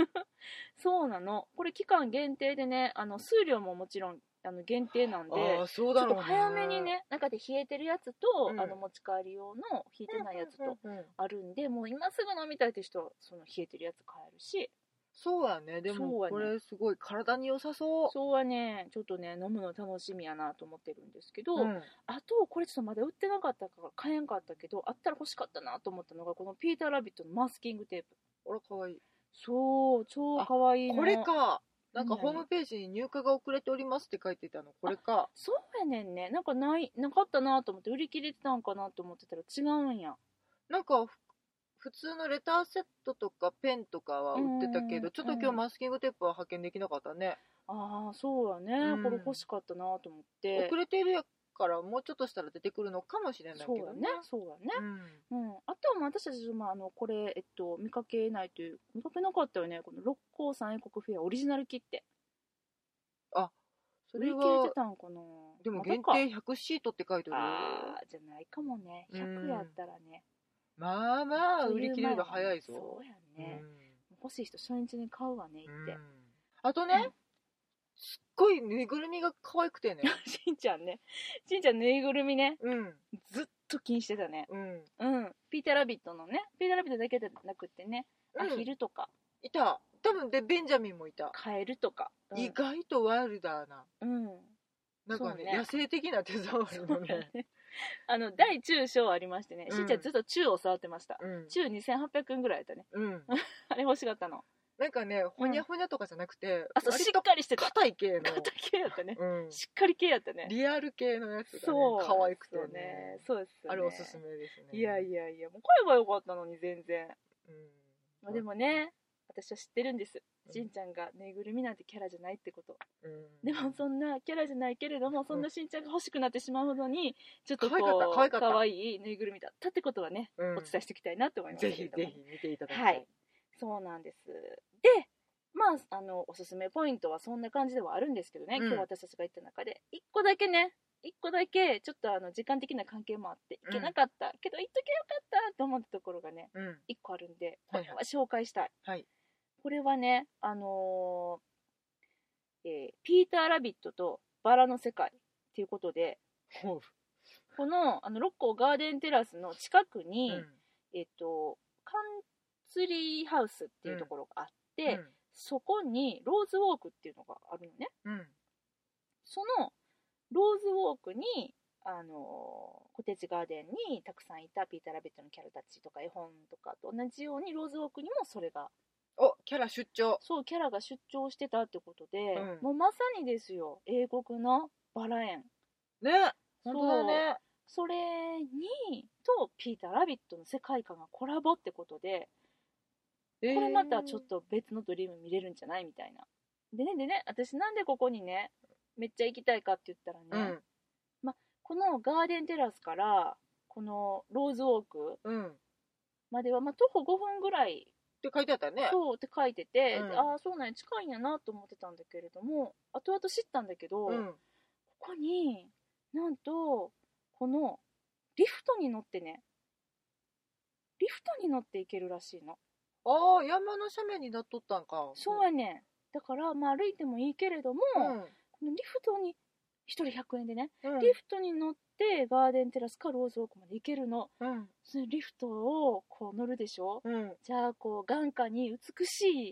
そうなの。これ期間限定でね、数量ももちろん限定なんで、 ちょっと早めにね、中で冷えてるやつと、持ち帰り用の冷えてないやつとあるんで、もう今すぐ飲みたいって人はその冷えてるやつ買えるし。 そうやね。でもこれすごい体に良さそう。 そうはね、ちょっとね、飲むの楽しみやなと思ってるんですけど、あとこれちょっとまだ売ってなかったから買えんかったけど、あったら欲しかったなと思ったのがこのピーターラビットのマスキングテープ。 あら、かわいい。 そう、超かわいいの。 これか。なんかホームページに入荷が遅れておりますって書いてたの、これか。 そうやねんね。なんかなかったなと思って、売り切れてたんかなと思ってたら違うんや。 なんか普通のレターセットとかペンとかは売ってたけど、ちょっと今日マスキングテープは派遣できなかったね。 ああ、そうやね。これ欲しかったなと思って。 遅れてるからもうちょっとしたら出てくるのかもしれないけどね。 そうやね。あとは私たち、これ、見かけなかったよね。この六甲山英国フェアオリジナル切手。 あ、それは。 売り切れてたんかな。 でも限定100シートって書いてあるよ。 ああ、じゃないかもね。100やったらね。 まあまあ売り切れるの早いぞ。 そうやね。欲しい人初日に買うわね、言って。 あとね、すっごいぬいぐるみが可愛くてね。 しんちゃんね。しんちゃんぬいぐるみね。ずっと気にしてたね。ピーターラビットのね。ピーターラビットだけじゃなくてね。アヒルとか。 いた。多分で、ベンジャミンもいた。 カエルとか。 意外とワイルダーな。なんかね、野生的な手触りのね。 大中小ありましてね。しんちゃんずっと中を触ってました。中2800円ぐらいやったね。あれ欲しかったの。 なんかね、ほにゃほにゃとかじゃなくて、 そう、しっかりしてた。 硬い系の。 硬い系やったね。しっかり系やったね。 リアル系のやつがね、可愛くてね。 そうですよね。 あれおすすめですね。 いや、もう買えばよかったのに、全然。でもね、私は知ってるんです。しんちゃんがぬいぐるみなんてキャラじゃないってこと。でもそんなキャラじゃないけれども、そんなしんちゃんが欲しくなってしまうほどに、ちょっとこう、可愛いぬいぐるみだったってことはね、お伝えしておきたいなって思います。 ぜひぜひ見ていただきたい。はい。 そうなんです。で、おすすめポイントはそんな感じではあるんですけどね、今日私たちが言った中で、一個だけ、ちょっと時間的な関係もあって、行けなかった、けど行っとけよかったと思ったところがね、一個あるんで、これは紹介したい。これはね、ピーター・ラビットとバラの世界っていうことで、この、六甲ガーデンテラスの近くに、カンツリーハウスっていうところがあって、そこにローズウォークっていうのがあるのね。そのローズウォークにコテージガーデンにたくさんいたピーター・ラビットのキャラたちとか絵本とかと同じようにローズウォークにもそれがキャラ出張。 そう、キャラが出張してたってことで、もうまさにですよ、英国のバラ園ね、本当だね。 それにとピーター・ラビットの世界観がコラボってことで、これまたちょっと別のドリーム見れるんじゃないみたいな。でね、私なんでここにね、めっちゃ行きたいかって言ったらね、このガーデンテラスからこのローズウォークまでは、徒歩5分ぐらいって書いてあったね。 そうって書いてて、ああそうなんや、近いんやなと思ってたんだけれども、後々知ったんだけど、ここになんとこのリフトに乗って行けるらしいの。 ああ、山の斜面になっとったんか。 そうやねん。だから歩いてもいいけれども、このリフトに1人100円でね、リフトに乗ってガーデンテラスかローズウォークまで行けるの。そのリフトをこう乗るでしょ、じゃあこう眼下に美しい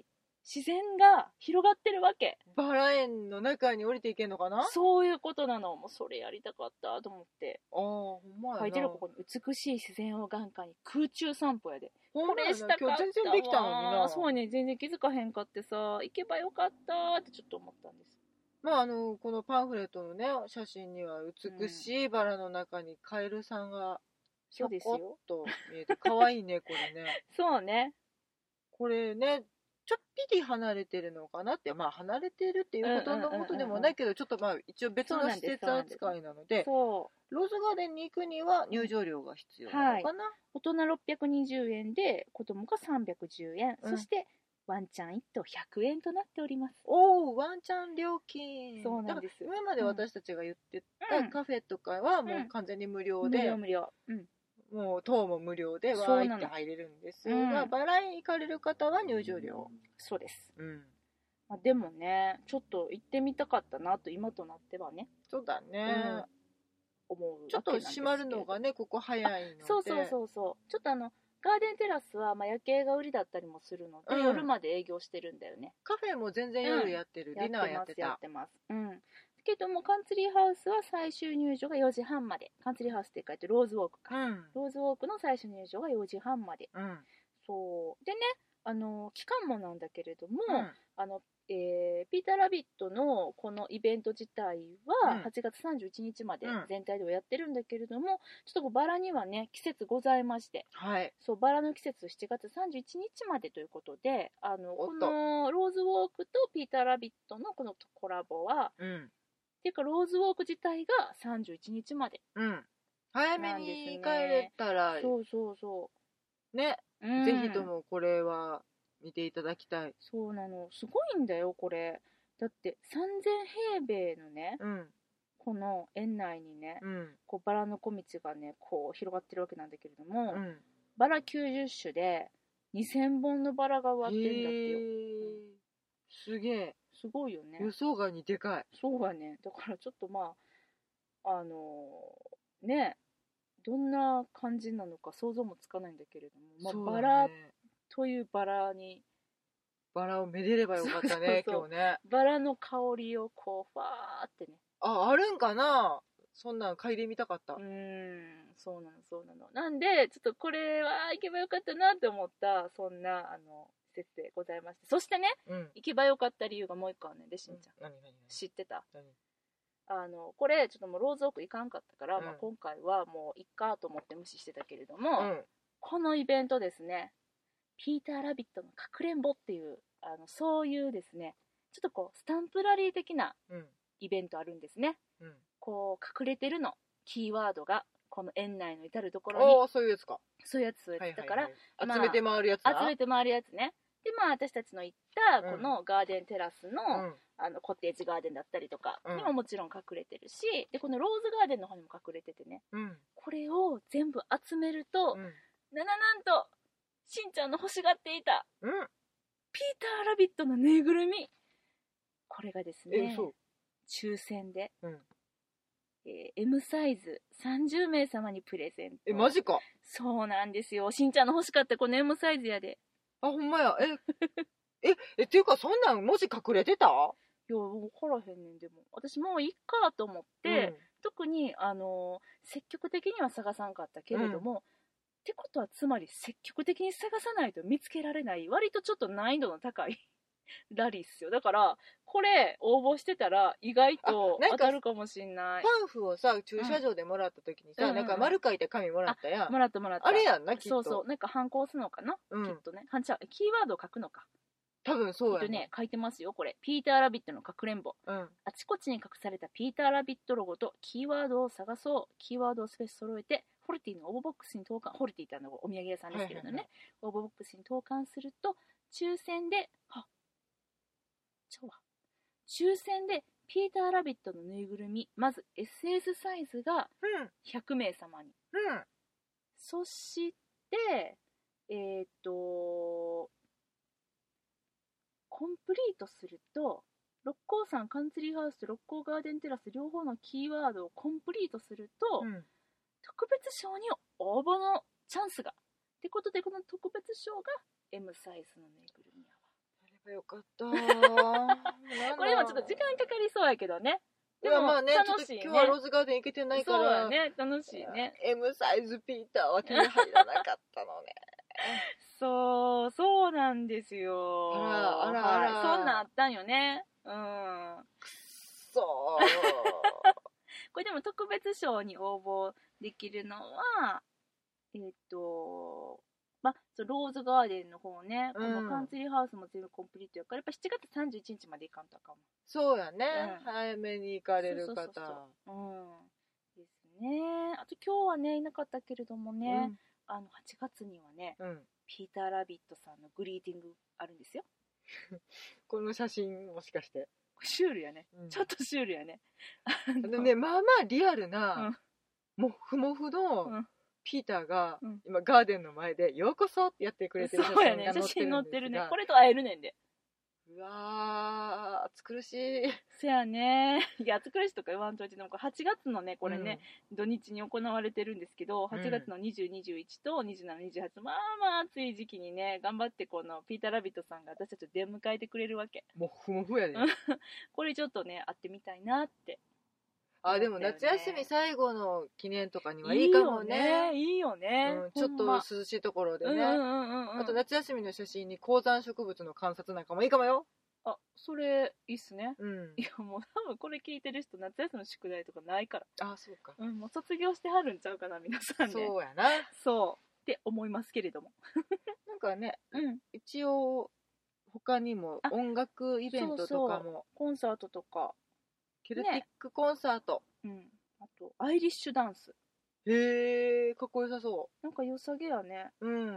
自然が広がってるわけ。 バラ園の中に降りていけんのかな。 そういうことなの。もうそれやりたかったと思って。 ほんまやな。 書いてるここに美しい自然を眼下に空中散歩やで。 ほんまやな。 これしたかったわ。 今日全然できたのにな。 そうね、全然気づかへんかってさ、行けばよかったってちょっと思ったんです。 まあこのパンフレットのね写真には美しいバラの中にカエルさんがひょこっと見えて可愛いねこれね。 そうね。 これねちょっぴり離れてるのかなって、まあ離れてるっていうことのことでもないけど、ちょっとまあ一応別の施設扱いなので、ローズガーデンに行くには入場料が必要なのかな。はい、 大人620円で子供が310円、そしてワンちゃん1頭100円となっております。 おお、ワンちゃん料金。 そうなんです。 今まで私たちが言ってたカフェとかはもう完全に無料で、 無料。 もう等も無料でわーいって入れるんですが、バラ園行かれる方は入場料。 そうです。まあ、でもね、ちょっと行ってみたかったなと今となってはね。 そうだね。 思うちょっと閉まるのがね、ここ早いので。 そう。ちょっとガーデンテラスはまあ夜景が売りだったりもするので、夜まで営業してるんだよね。 カフェも全然夜やってる。ディナーやってた。 やってます。けどもカンツリーハウスは最終入場が4時半まで。カンツリーハウスって書いてローズウォークか。ローズウォークの最終入場が4時半まで。そうでね、期間もなんだけれども、ピーターラビットのこのイベント自体は8月31日まで全体ではやってるんだけれども、ちょっとバラにはね季節ございまして、そうバラの季節7月31日までということで、このローズウォークとピーターラビットのこのコラボは、っていうかローズウォーク自体が31日まで、 早めに帰れたらそうね、ぜひともこれは見ていただきたい。 そうなの、すごいんだよこれ。だって3000平米のね、この園内にね、こうバラの小道がねこう広がってるわけなんだけれども、バラ90種で2000本のバラが植わってるんだってよ。 すげえ。 すごいよね。 予想外にでかい。 そうがね、だからちょっとまあね、どんな感じなのか想像もつかないんだけれども、まあ、バラというバラにバラをめでればよかったね。今日ねバラの香りをこうファーってね、 あるんかな、そんなん嗅いでみたかった。 そうなのなんでちょっとこれは行けばよかったなって思ったそんな施設でございまして、そしてね、行けばよかった理由がもう一個あるねんで、しんちゃん、知ってた？これちょっともうローズオーク行かんかったから、まあ、今回はもういっかと思って無視してたけれども、このイベントですね、ピーターラビットのかくれんぼっていうそういうですね、ちょっとこうスタンプラリー的なイベントあるんですね。こう隠れてるのキーワードがこの園内の至るところに。 そういうやつか。 そういうやつだから、 集めて回るやつだ。 集めて回るやつね。でまあ私たちの行ったこのガーデンテラスの、コテージガーデンだったりとかにももちろん隠れてるし、でこのローズガーデンの方にも隠れててね、これを全部集めると、なんとしんちゃんの欲しがっていた、ピーターラビットのぬいぐるみ、これがですね、抽選で、M サイズ30名様にプレゼント。 マジか。 そうなんですよ、しんちゃんの欲しかったこの M サイズやで。 ほんまや。っていうかそんなん文字隠れてた？ いや分からへんねん。でも私もういっかと思って、特に積極的には探さんかったけれども、ってことはつまり積極的に探さないと見つけられない割とちょっと難易度の高いラリーっすよ。だからこれ応募してたら意外と当たるかもしんない。 パンフをさ駐車場でもらった時にさ、なんか丸書いて紙もらったやん。 もらったあれやんな、きっと。 そうなんか反抗するのかな、きっとね。キーワードを書くのか、 多分そうやね。書いてますよこれ。ピーターラビットのかくれんぼ、あちこちに隠されたピーターラビットロゴとキーワードを探そう。キーワードをすべて揃えてホルティの応募ボックスに投函、ホルティってお土産屋さんですけれどね、応募ボックスに投函すると抽選で抽選でピーターラビットのぬいぐるみ、まず SS サイズが100名様に、そしてコンプリートすると六甲山カンツリーハウスと六甲ガーデンテラス両方のキーワードをコンプリートすると、特別賞に応募のチャンスがってことで、この特別賞が M サイズのぬいぐるみやわ。 よかったこれでもちょっと時間かかりそうやけどね。 でもまあね、 楽しいね。 ちょっと今日はローズガーデン行けてないから。 そうやね、楽しいね。 M サイズピーターは手に入らなかったのね。 そうなんですよ。 あら、 そんなんあったんよね。くっそこれでも特別賞に応募できるのは、まあ、ローズガーデンの方ね、このカンツリーハウスも全部コンプリートやから、やっぱ7月31日まで行かんとあかんもん。 そうやね、早めに行かれる方。 ですね。あと今日はね、いなかったけれどもね、8月にはね、ピーター・ラビットさんのグリーティングあるんですよ。 この写真もしかして。 シュールやね。ちょっとシュールやね。 でもね、まあまあリアルな、もふもふの、ピーターが今ガーデンの前でようこそってやってくれてる写真が載ってるんですが、 写真載ってるね。これと会えるねんで。 うわー、暑苦しい。 そやね。いや、暑苦しいとか言わんといて、でも8月のね、これね、土日に行われてるんですけど、8月の20、21と27、28、まあまあ暑い時期にね、頑張ってこのピーター・ラビットさんが私たちを出迎えてくれるわけ。 もふもふやで。 これちょっとね、会ってみたいなって。 でも夏休み最後の記念とかにはいいかもね。 いいよね。 ちょっと涼しいところでね。あと夏休みの写真に高山植物の観察なんかもいいかもよ。 それいいっすね。いやもう多分これ聞いてる人夏休みの宿題とかないから。 そうか。 もう卒業してはるんちゃうかな皆さんね。 そうやな。 そうって思いますけれども。 なんかね、一応他にも音楽イベントとかも、 コンサートとか。 ケルティックコンサート、 あとアイリッシュダンス。 へえ、かっこよさそう。 なんか良さげやね。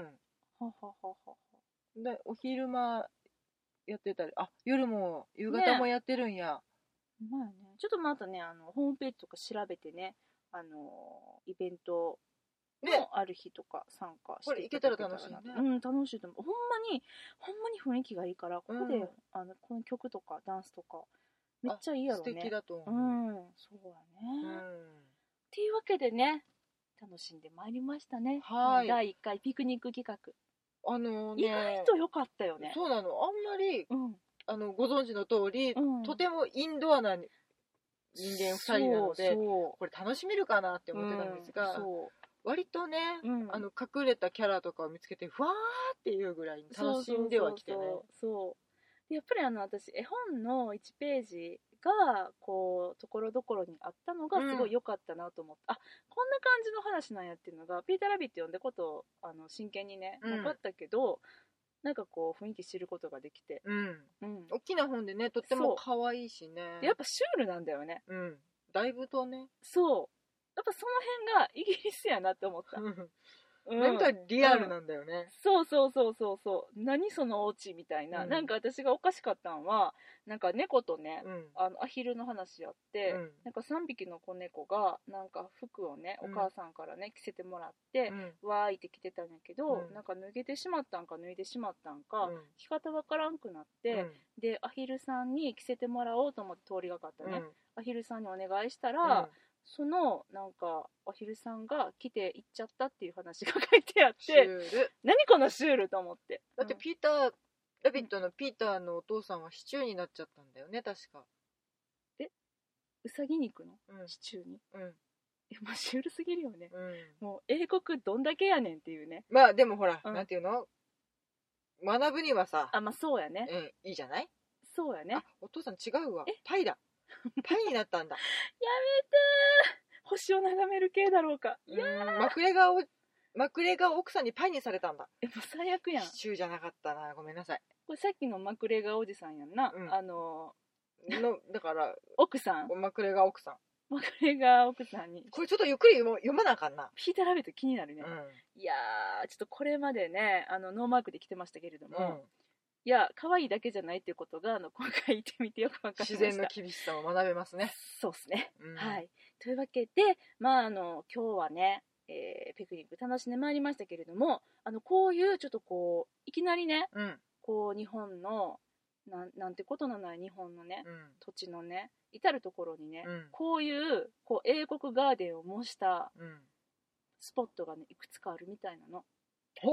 でお昼間やってたり、夜も夕方もやってるんや。 まあね、ちょっとまたねホームページとか調べてねイベントのある日とか参加して、 これ行けたら楽しいね。 楽しいと思う。ほんまに雰囲気がいいから、ここでこの曲とかダンスとかめっちゃいいやろね。 素敵だと思う。 そうやね。っていうわけでね、楽しんでまいりましたね。第1回ピクニック企画。意外と良かったよね。 そうなの。あんまり、ご存知の通り、とてもインドアな人間2人なので、これ楽しめるかなって思ってたんですが、割とね、隠れたキャラとかを見つけて、ふわーっていうぐらい楽しんではきてね。 でやっぱり私絵本の1ページがこうところどころにあったのがすごい良かったなと思って、こんな感じの話なんやっていうのがピーター・ラビット読んだこと真剣にねなかったけど、なんかこう雰囲気知ることができて、 大きな本でねとっても可愛いしね。 やっぱシュールなんだよね。 だいぶとね。 そうやっぱその辺がイギリスやなって思ったなんかリアルなんだよね。 そう何そのお家みたいな、なんか私がおかしかったんはなんか猫とね、アヒルの話やって、なんか3匹の子猫がなんか服をねお母さんからね着せてもらって、わーいって着てたんやけど、なんか脱げてしまったんか脱いでしまったんか、着方わからんくなって、でアヒルさんに着せてもらおうと思って通りがかったね、アヒルさんにお願いしたら、そのなんかアヒルさんが来て行っちゃったっていう話が書いてあって、何このシュールと思って。 だってピーター、ラビットのピーターのお父さんはシチューになっちゃったんだよね、確か。 うさぎ肉のシチューに、もうシュールすぎるよね、もう英国どんだけやねんっていうね。 まあでもほら、なんていうの、学ぶにはさ、 まあそうやね、 いいじゃない。 そうやね。 お父さん違うわ、パイだ。パイになったんだ。やめてー、星を眺める系だろうか。いやマクレガー奥さんにパイにされたんだ。 もう最悪やん。 シチューじゃなかったな、ごめんなさい。 これさっきのマクレガーおじさんやんな、 だから奥さん、 マクレガー奥さん、 マクレガー奥さんに。 これちょっとゆっくり読まなあかんな。 ピーター・ラビット気になるね、いやーちょっとこれまでねノーマークで来てましたけれども、いや可愛いだけじゃないっていうことが今回行ってみてよく分かりました。 自然の厳しさを学べますね。 そうですね、はい。というわけで今日はね、ピクニック楽しんでまいりましたけれども、こういうちょっとこういきなりね、こう日本のなんてことのない日本のね、土地のね至る所にね、こういう英国ガーデンを模したスポットがねいくつかあるみたいなの。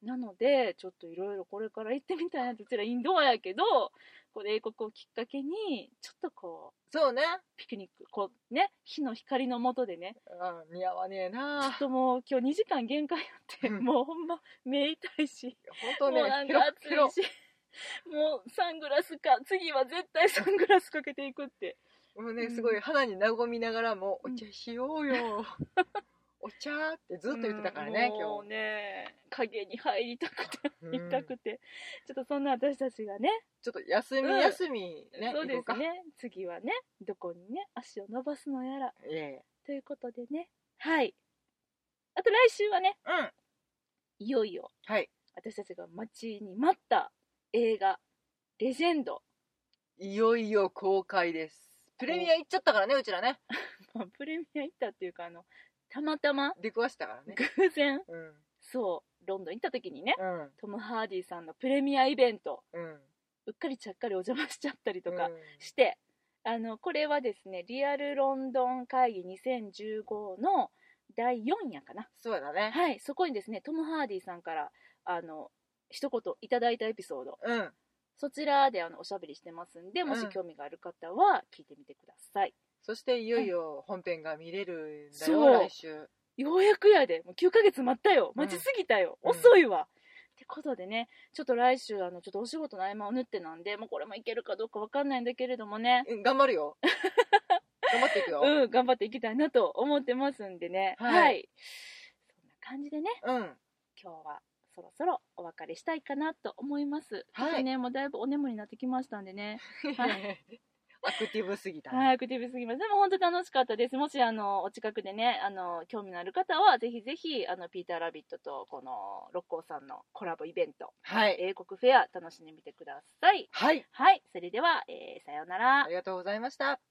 なのでちょっといろいろこれから行ってみたいなって、うちらインドアやけどこう英国をきっかけにちょっとこうそうね、 ピクニックこうね、日の光の下でね、 似合わねえな。 ちょっともう今日2時間限界やって、もうほんま目痛いし、 本当ね、 もうなんか暑いし、もうサングラスか、次は絶対サングラスかけていくって。 もうね、すごい肌に和みながらも、お茶しようよ。お茶ってずっと言ってたからね、今日。 もうね、影に入りたくて、ちょっとそんな私たちがね、 ちょっと休み休みね、 そうですね、次はね、どこにね、足を伸ばすのやら。ということでね、はい。あと来週はね、いよいよ、私たちが待ちに待った映画、レジェンド。 いよいよ公開です。プレミア行っちゃったからね、うちらね。 プレミア行ったっていうか、たまたま出くわしたからね、 偶然、そうロンドン行った時にね、トム・ハーディさんのプレミアイベント、うっかりちゃっかりお邪魔しちゃったりとかして、これはですね、リアルロンドン会議2015の第4夜かな。 そうだね。 はい、そこにですね、トム・ハーディさんから一言いただいたエピソード、そちらでおしゃべりしてますんで、もし興味がある方は聞いてみてください。 そしていよいよ本編が見れるんだよ、来週。 ようやくやで、もう9ヶ月待ったよ、待ちすぎたよ、遅いわ。ってことでね、ちょっと来週ちょっとお仕事の合間を縫ってなんで、もうこれもいけるかどうかわかんないんだけれどもね、 頑張るよ。頑張っていくよ。 頑張っていきたいなと思ってますんでね。はい。そんな感じでね、今日はそろそろお別れしたいかなと思います。ちょっとね、もうだいぶお眠りになってきましたんでね。 アクティブすぎた、 アクティブすぎます。でも本当楽しかったです。もしお近くでね、興味のある方はぜひぜひピーターラビットとこの六甲さんのコラボイベント、英国フェア楽しんでみてください。はい。それでは、さようなら。 ありがとうございました。